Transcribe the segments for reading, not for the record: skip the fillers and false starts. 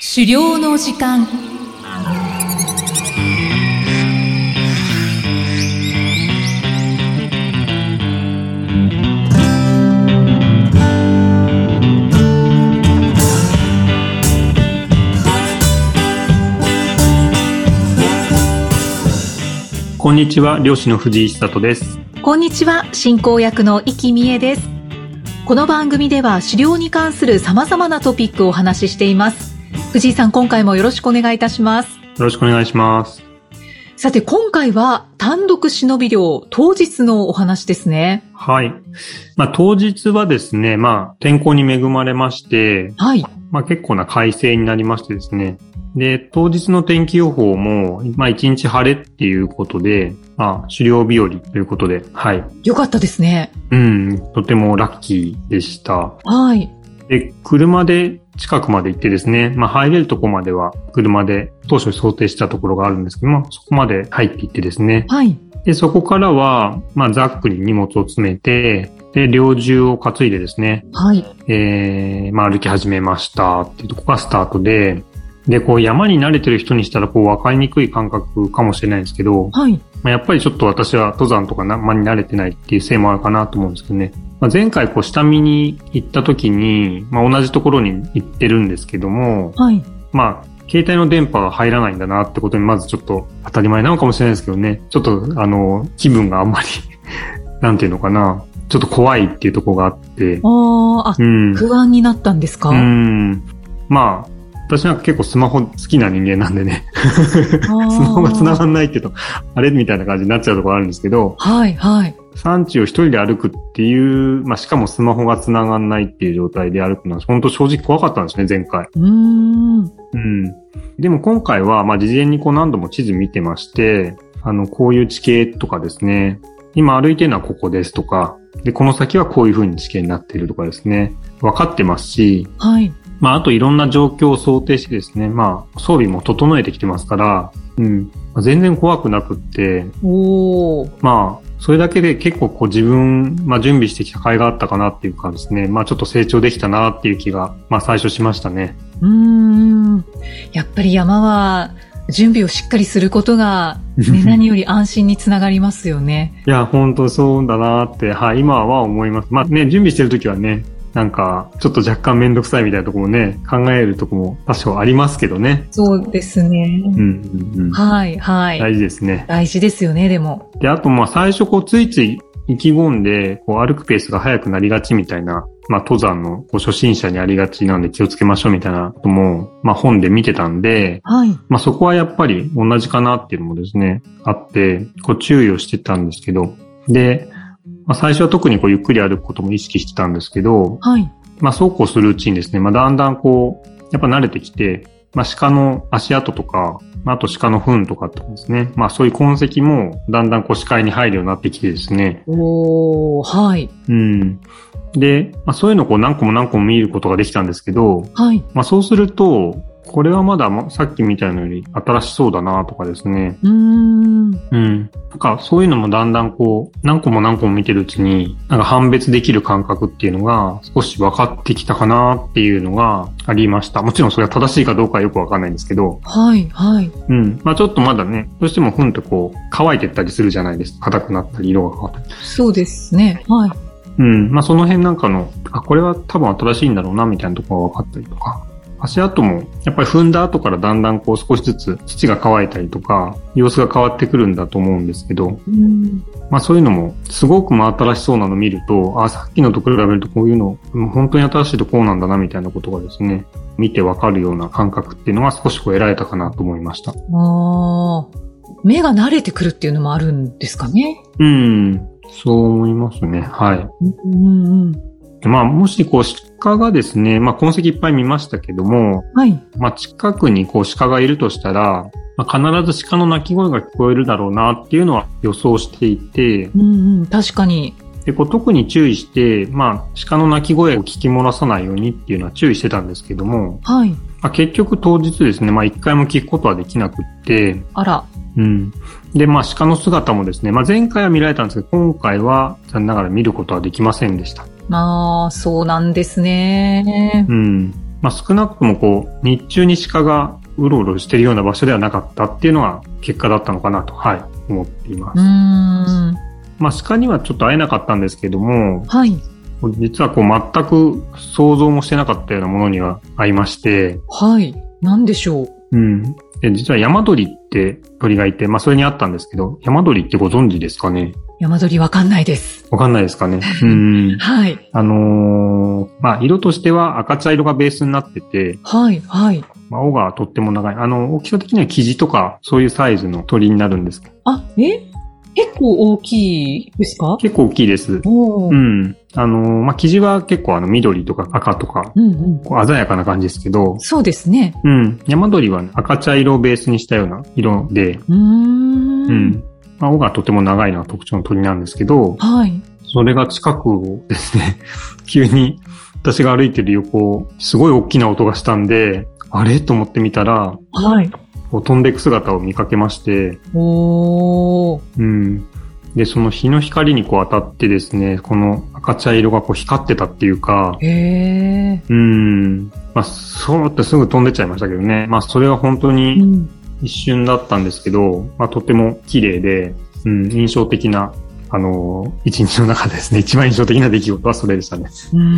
狩猟の時間。 こんにちは、漁師の藤井久人です。 こんにちは、進行役の生きみえです。この番組では狩猟に関する様々なトピックをお話ししています。藤井さん、今回もよろしくお願いいたします。 よろしくお願いします。 さて、今回は単独忍び漁当日のお話ですね。 はい。当日はですね、天候に恵まれまして、 はい。 結構な快晴になりましてですね。で、当日の天気予報も、一日晴れっていうことで、狩猟日和ということで、はい。 よかったですね。 とてもラッキーでした。 はい。 で、車で近くまで行ってですね、入れるとこまでは車で当初想定したところがあるんですけども、そこまで入っていってですね。 はい。 で、そこからは、ザックに荷物を詰めて、で、猟銃を担いでですね。 はい。 歩き始めましたっていうところがスタートで、で、山に慣れてる人にしたら分かりにくい感覚かもしれないんですけど、 はい。 やっぱりちょっと私は登山とかに慣れてないっていうせいもあるかなと思うんですけどね。前回下見に行った時に、同じところに行ってるんですけども、 はい。 携帯の電波が入らないんだなってことにまずちょっと当たり前なのかもしれないですけどね。ちょっと気分があんまり、なんていうのかな。ちょっと怖いっていうところがあって。 不安になったんですか？ 私なんか結構スマホ好きな人間なんでね。スマホが繋がんないって言うと、あれみたいな感じになっちゃうところあるんですけど。 はい、はい。 山地を一人で歩くっていう、しかもスマホが繋がんないっていう状態で歩くのは、本当正直怖かったんですね、前回。でも今回は、事前に何度も地図見てまして、こういう地形とかですね、今歩いてるのはここですとか、で、この先はこういう風に地形になっているとかですね、分かってますし、 はい。あといろんな状況を想定してですね、装備も整えてきてますから、全然怖くなくって、それだけで結構自分、準備してきた甲斐があったかなっていうかですね、ちょっと成長できたなっていう気が、最初しましたね。 やっぱり山は準備をしっかりすることが、何より安心につながりますよね。 いや、本当そうだなって、今は思います。準備してるときはね、なんか、ちょっと若干めんどくさいみたいなところもね、考えるところも多少ありますけどね。 そうですね。はい、はい。 大事ですね。 大事ですよね、でも。 で、あと最初ついつい意気込んで、歩くペースが速くなりがちみたいな、登山の初心者にありがちなんで気をつけましょうみたいなことも、本で見てたんで、 はい。 そこはやっぱり同じかなっていうのもですね、あって、注意をしてたんですけど、で、最初は特にゆっくり歩くことも意識してたんですけど、 はい。 そうこうするうちにですね、だんだんやっぱ慣れてきて、鹿の足跡とか、あと鹿の糞とかってですね、そういう痕跡もだんだん視界に入るようになってきてですね。 はい。 で、そういうのを何個も見ることができたんですけど、 はい。 そうすると、これはまださっきみたいなのより新しそうだなとかですね。なんかそういうのもだんだん何個も見てるうちに、なんか判別できる感覚っていうのが少し分かってきたかなっていうのがありました。もちろんそれが正しいかどうかはよくわかんないんですけど。 はい、はい。 ちょっとまだね、どうしても糞って乾いてったりするじゃないですか。硬くなったり色が変わったり。 そうですね。はい。 その辺なんかの、これは多分新しいんだろうなみたいなところが分かったりとか。足跡も、やっぱり踏んだ後からだんだん少しずつ土が乾いたりとか、様子が変わってくるんだと思うんですけど、そういうのも、すごく新しそうなのを見ると、さっきのと比べるとこういうの、本当に新しいとこうなんだなみたいなことがですね、見てわかるような感覚っていうのが少し得られたかなと思いました。 目が慣れてくるっていうのもあるんですかね。 そう思いますね。はい。もし鹿がですね、痕跡いっぱい見ましたけども、 はい。 近くに鹿がいるとしたら、必ず鹿の鳴き声が聞こえるだろうなっていうのは予想していて、 確かに。 で、特に注意して、鹿の鳴き声を聞き漏らさないようにっていうのは注意してたんですけども、 はい。 結局当日ですね、一回も聞くことはできなくって、 あら。 で、鹿の姿もですね、前回は見られたんですけど、今回は残念ながら見ることはできませんでした。 そうなんですね。 まあ少なくともこう、日中に鹿がうろうろしているような場所ではなかったっていうのが結果だったのかなと、はい、思っています。まあ鹿にはちょっと会えなかったんですけども、 はい。 実はこう全く想像もしてなかったようなものには会いまして、 はい。何でしょう。 うん。で、実は山鳥って鳥がいて、まあそれにあったんですけど、山鳥ってご存知ですかね？ 山鳥わかんないです。 わかんないですかね。 はい。 まあ色としては赤茶色がベースになってて、 はい、はい。 まあ尾がとっても長い。大きさ的にはキジとかそういうサイズの鳥になるんですけど。 あ、結構大きいですか？ 結構大きいです。 おー。 うん。まあ、生地は結構緑とか赤とか、こう鮮やかな感じですけど、 そうですね。 うん。山鳥は、ね、赤茶色をベースにしたような色で、まあ、尾がとても長いのが特徴の鳥なんですけど、 はい。 それが近くをですね、急に私が歩いてる横、すごい大きな音がしたんで、あれと思ってみたら、 はい。 飛んでいく姿を見かけまして、で、その日の光にこう当たってですね、この赤茶色がこう光ってたっていうか、まあ、そうってすぐ飛んでっちゃいましたけどね。まあ、それは本当に一瞬だったんですけど、まあ、とても綺麗で、印象的な、一日の中ですね、一番印象的な出来事はそれでしたね。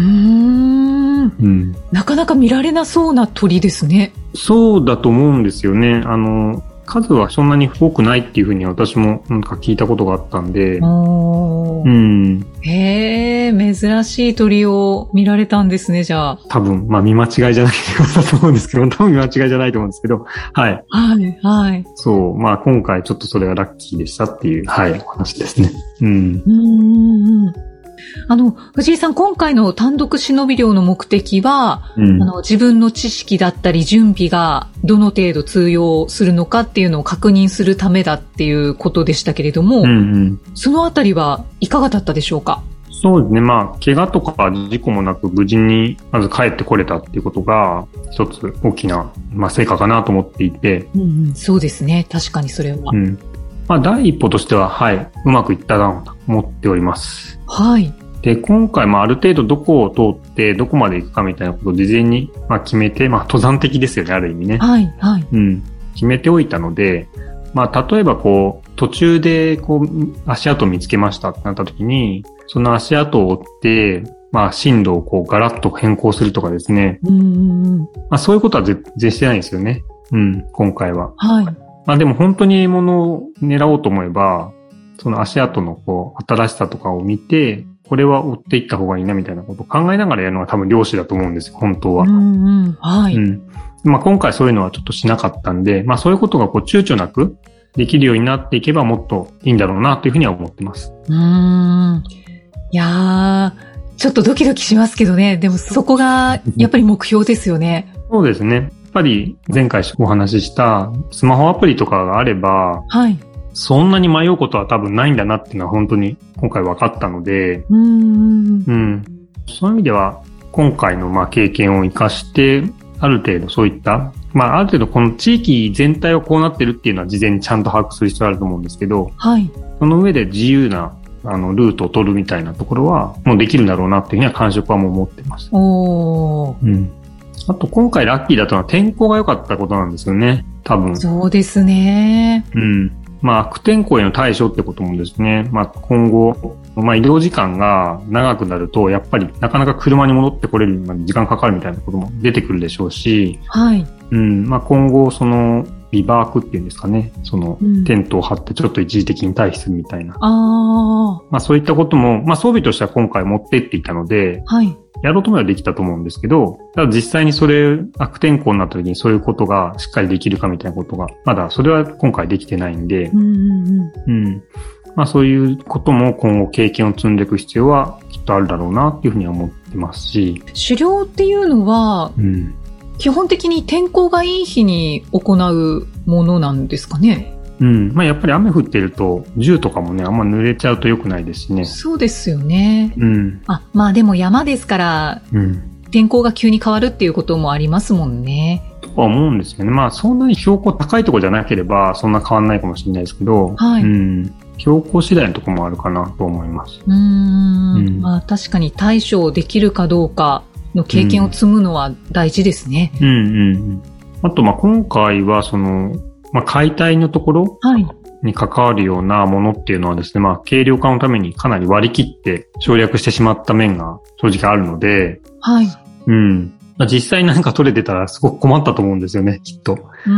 なかなか見られなそうな鳥ですね。 そうだと思うんですよね。数はそんなに多くないっていうふうに私もなんか聞いたことがあったんで。 珍しい鳥を見られたんですね、じゃあ。 多分、まあ見間違いじゃないってことだと思うんですけど、多分見間違いじゃないと思うんですけど、はい。 はい、はい。 そう、まあ今回ちょっとそれがラッキーでしたっていう、はい、お話ですね。 藤井さん、今回の単独忍び漁の目的は、自分の知識だったり準備がどの程度通用するのかっていうのを確認するためだっていうことでしたけれども、そのあたりはいかがだったでしょうか？ そうですね。まあ、怪我とか事故もなく無事にまず帰ってこれたっていうことが一つ大きな、まあ、成果かなと思っていて。 そうですね。確かにそれは。 まあ、第一歩としては、はい、うまくいったなと思っております。 はい。 で、今回、まあ、ある程度どこを通ってどこまで行くかみたいなことを事前に、まあ、決めて、まあ、登山的ですよね、ある意味ね。 はい、はい。 決めておいたので、まあ、例えばこう、途中でこう、足跡を見つけましたってなった時に、その足跡を追って、まあ、進路をこう、ガラッと変更するとかですね。まあ、そういうことは絶対してないんですよね。今回は。 はい。 まあ、でも本当に獲物を狙おうと思えば、その足跡のこう、新しさとかを見て、これは追っていった方がいいなみたいなことを考えながらやるのが多分漁師だと思うんですよ、本当は。 はい。 まあ、今回そういうのはちょっとしなかったんで、まあ、そういうことがこう、躊躇なくできるようになっていけばもっといいんだろうなというふうには思ってます。 いやー、ちょっとドキドキしますけどね。でもそこがやっぱり目標ですよね。 そうですね。やっぱり前回お話ししたスマホアプリとかがあれば、 はい。 そんなに迷うことは多分ないんだなっていうのは本当に今回分かったので、そういう意味では今回のまあ経験を生かして、ある程度そういった、まあある程度この地域全体をこうなってるっていうのは事前にちゃんと把握する必要があると思うんですけど、はい。その上で自由なルートを取るみたいなところはもうできるんだろうなっていうふうには感触はもう持ってます。あと今回ラッキーだったのは天候が良かったことなんですよね。多分。 そうですね。 まあ、悪天候への対処ってこともですね、まあ、今後、まあ、移動時間が長くなると、やっぱりなかなか車に戻ってこれるまで時間かかるみたいなことも出てくるでしょうし、はい。まあ、今後、その、ビバークっていうんですかね、その、テントを張ってちょっと一時的に退避するみたいな。まあ、そういったことも、まあ、装備としては今回持ってっていたので、はい。やろうと思えばできたと思うんですけど、ただ実際にそれ、悪天候になった時にそういうことがしっかりできるかみたいなことが、まだそれは今回できてないんで、まあそういうことも今後経験を積んでいく必要はきっとあるだろうなっていうふうには思ってますし。 狩猟っていうのは、基本的に天候がいい日に行うものなんですかね？ まあやっぱり雨降ってると、銃とかもね、あんま濡れちゃうと良くないですしね。 そうですよね。まあでも山ですから、天候が急に変わるっていうこともありますもんね。 とは思うんですよね。まあそんなに標高高いところじゃなければ、そんな変わんないかもしれないですけど、はい。標高次第のところもあるかなと思います。 まあ確かに対処できるかどうか、 の経験を積むのは大事ですね。 うんうんうん。あと、今回は解体のところに関わるようなものっていうのはですね、軽量化のためにかなり割り切って省略してしまった面が正直あるので、 はい。 うん。実際なんか取れてたらすごく困ったと思うんですよね、きっと。うん。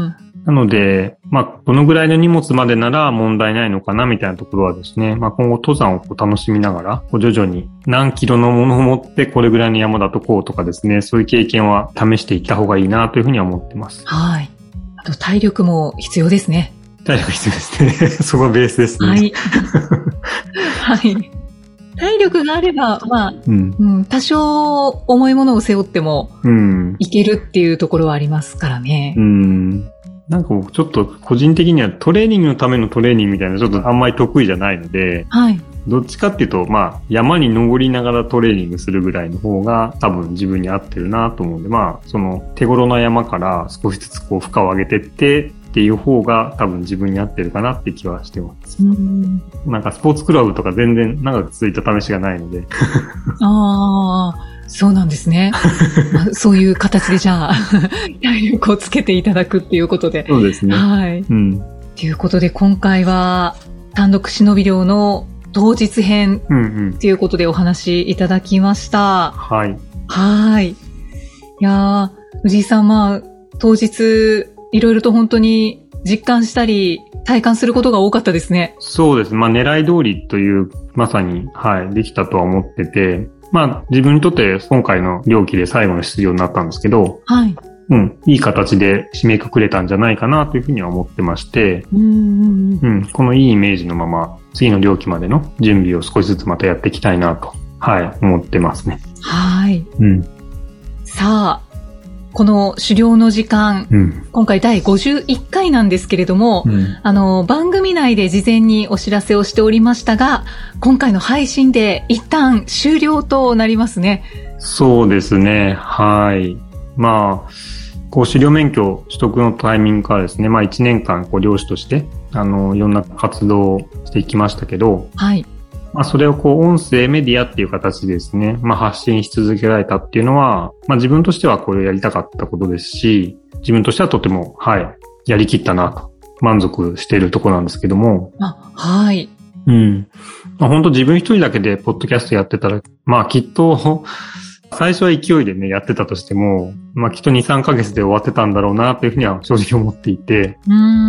なので、どのぐらいの荷物までなら問題ないのかなみたいなところはですね、今後登山を楽しみながら、徐々に何キロのものを持ってこれぐらいの山だとこうとかですね、そういう経験は試していった方がいいなというふうには思ってます。 はい。あと体力も必要ですね。 体力必要ですね。そこがベースですね。 はい。はい。体力があれば、多少重いものを背負っても、いけるっていうところはありますからね。 なんかちょっと個人的にはトレーニングのためのトレーニングみたいなちょっとあんまり得意じゃないので、はい。どっちかっていうと、山に登りながらトレーニングするぐらいの方が多分自分に合ってるなと思うんで、その手頃な山から少しずつ負荷を上げてっていう方が多分自分に合ってるかなって気はしてます。なんかスポーツクラブとか全然長く続いた試しがないので。 ああ。そうなんですね。そういう形でじゃあ、体力をつけていただくっていうことで。 そうですね。 はい。ということで今回は単独忍び漁の当日編ということでお話いただきました。 はい。 はい。いやー、藤井さん当日いろいろと本当に実感したり体感することが多かったですね。 そうです。狙い通りというまさに、できたとは思ってて、自分にとって今回の漁期で最後の出場になったんですけど、はい。いい形で締めくくれたんじゃないかなというふうには思ってまして、このいいイメージのまま次の漁期までの準備を少しずつまたやっていきたいなと、思ってますね。 はい。さあ、この狩猟の時間、今回第51回なんですけれども、番組内で事前にお知らせをしておりましたが、今回の配信で一旦終了となりますね。 そうですね。はい。狩猟免許取得のタイミングからですね、1年間漁師として、いろんな活動をしていきましたけど、はい。それを音声メディアっていう形でですね、発信し続けられたっていうのは、自分としてはこれをやりたかったことですし、自分としてはとても、やりきったなと、満足しているところなんですけども。 はい。 本当自分一人だけでポッドキャストやってたら、きっと、最初は勢いでね、やってたとしても、きっと2、3ヶ月で終わってたんだろうなというふうには正直思っていて。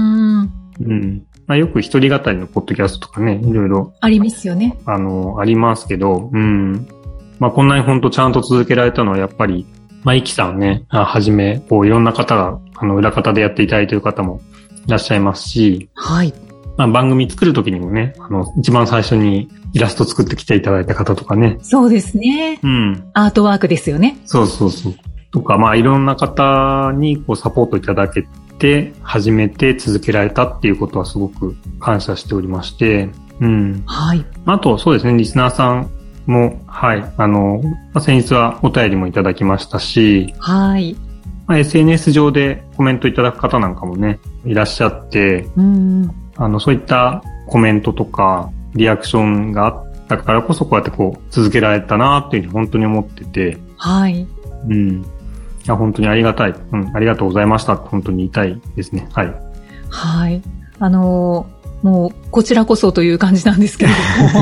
よく一人語りのポッドキャストとかね、いろいろ。 ありますよね。 ありますけど、こんなに本当ちゃんと続けられたのはやっぱり、イキさんね、はじめ、いろんな方が、裏方でやっていただいている方もいらっしゃいますし、はい。番組作るときにもね、一番最初にイラスト作ってきていただいた方とかね。 そうですね。アートワークですよね。 そう。とか、いろんな方にサポートいただけて、始めて続けられたっていうことはすごく感謝しておりまして、はい。あと、そうですね、リスナーさんも、先日はお便りもいただきましたし、はい。SNS 上でコメントいただく方なんかもね、いらっしゃって、そういったコメントとか、リアクションがあったからこそ、こうやって続けられたなっていうふうに本当に思ってて、はい。本当にありがたい。ありがとうございましたって本当に言いたいですね。はい。はい。 もう、こちらこそという感じなんですけれ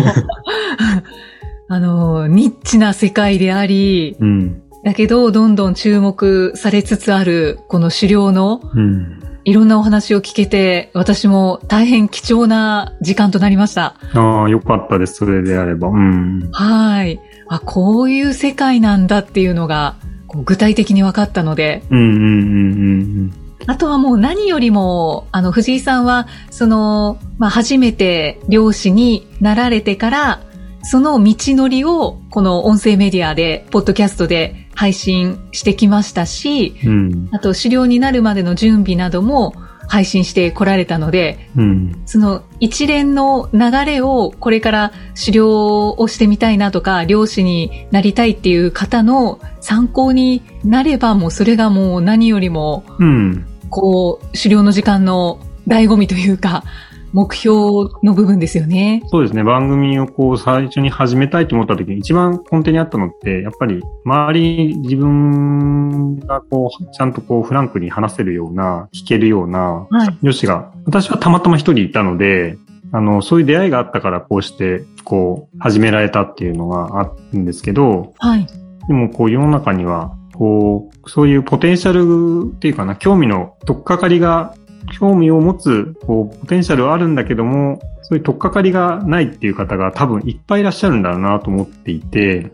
ども、ニッチな世界であり、だけど、どんどん注目されつつある、この狩猟の、いろんなお話を聞けて、私も大変貴重な時間となりました。 よかったです。それであれば。 はい。こういう世界なんだっていうのが、具体的に分かったので。あとはもう何よりも、藤井さんは、初めて漁師になられてから、その道のりを、この音声メディアで、ポッドキャストで配信してきましたし、あと、狩猟になるまでの準備なども配信してこられたので、その一連の流れをこれから狩猟をしてみたいなとか、漁師になりたいっていう方の参考になれば、もうそれがもう何よりも、狩猟の時間の醍醐味というか、 目標の部分ですよね。 そうですね。番組をこう最初に始めたいと思った時に一番根底にあったのって、やっぱり周りに自分がこうちゃんとこうフランクに話せるような、聞けるような上司が、私はたまたま一人いたので、そういう出会いがあったからこうしてこう始められたっていうのがあるんですけど、 はい。 でもこう世の中にはこうそういうポテンシャルっていうかな、興味の取っかかりが、興味を持つこうポテンシャルはあるんだけども、そういう取っかかりがないっていう方が多分いっぱいいらっしゃるんだろうなと思っていて、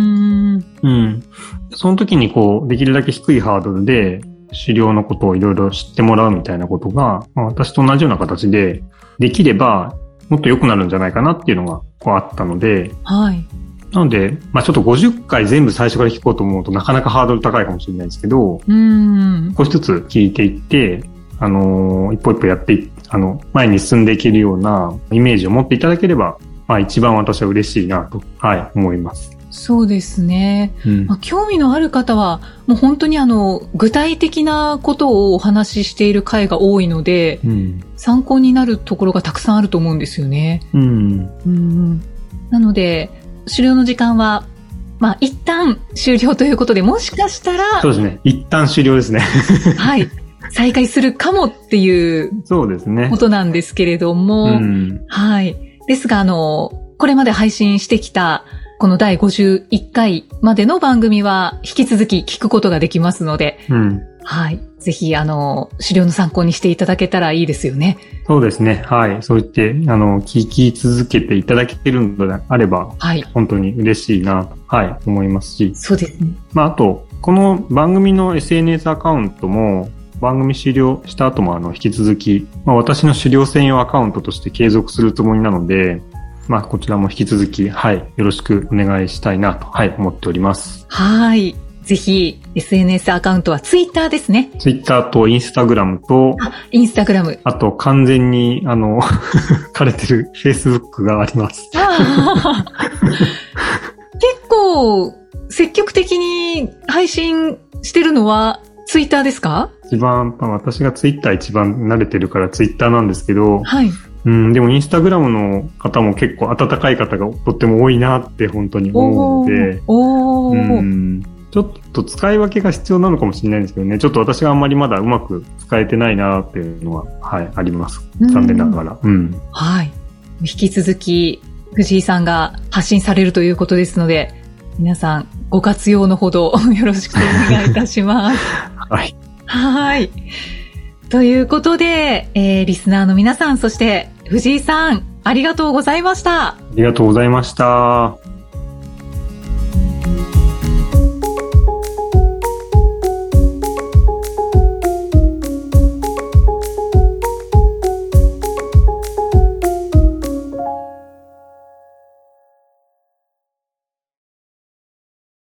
その時にこうできるだけ低いハードルで狩猟のことをいろいろ知ってもらうみたいなことが、私と同じような形でできればもっと良くなるんじゃないかなっていうのがこうあったので、 はい。 なので、ちょっと50回全部最初から聞こうと思うとなかなかハードル高いかもしれないですけど、少しずつ聞いていって、一歩一歩やって前に進んでいけるようなイメージを持っていただければ、一番私は嬉しいなと、思います。 そうですね。興味のある方は、もう本当に具体的なことをお話ししている回が多いので、参考になるところがたくさんあると思うんですよね。なので、狩猟の時間は、一旦終了ということで、もしかしたら、 そうですね。一旦終了ですね。 はい。再開するかもっていうそうですね。 ことなんですけれども、はい。ですが、これまで配信してきた、この第51回までの番組は引き続き聞くことができますので、はい。ぜひ、狩猟の参考にしていただけたらいいですよね。 そうですね。はい。そう言って、聞き続けていただけてるのであれば、はい。本当に嬉しいなと、思いますし。 そうですね。 あと、この番組の SNS アカウントも、番組終了した後も引き続き、私の狩猟専用アカウントとして継続するつもりなので、こちらも引き続き、よろしくお願いしたいなと、思っております。 はい。ぜひ、SNS アカウントはツイッターですね。 ツイッターとインスタグラムと、 インスタグラム。 あと、完全に、枯れてる Facebook があります。 結構、積極的に配信してるのは、ツイッターですか？ 私がツイッター一番慣れてるからツイッターなんですけど、 はい。 でもインスタグラムの方も結構温かい方がとっても多いなって本当に思うので、ちょっと使い分けが必要なのかもしれないんですけどね、ちょっと私があんまりまだうまく使えてないなっていうのは、あります。残念ながら。 はい。引き続き、藤井さんが発信されるということですので、皆さんご活用のほどよろしくお願いいたします。 はい。 はい。ということで、リスナーの皆さん、そして藤井さん、ありがとうございました。 ありがとうございました。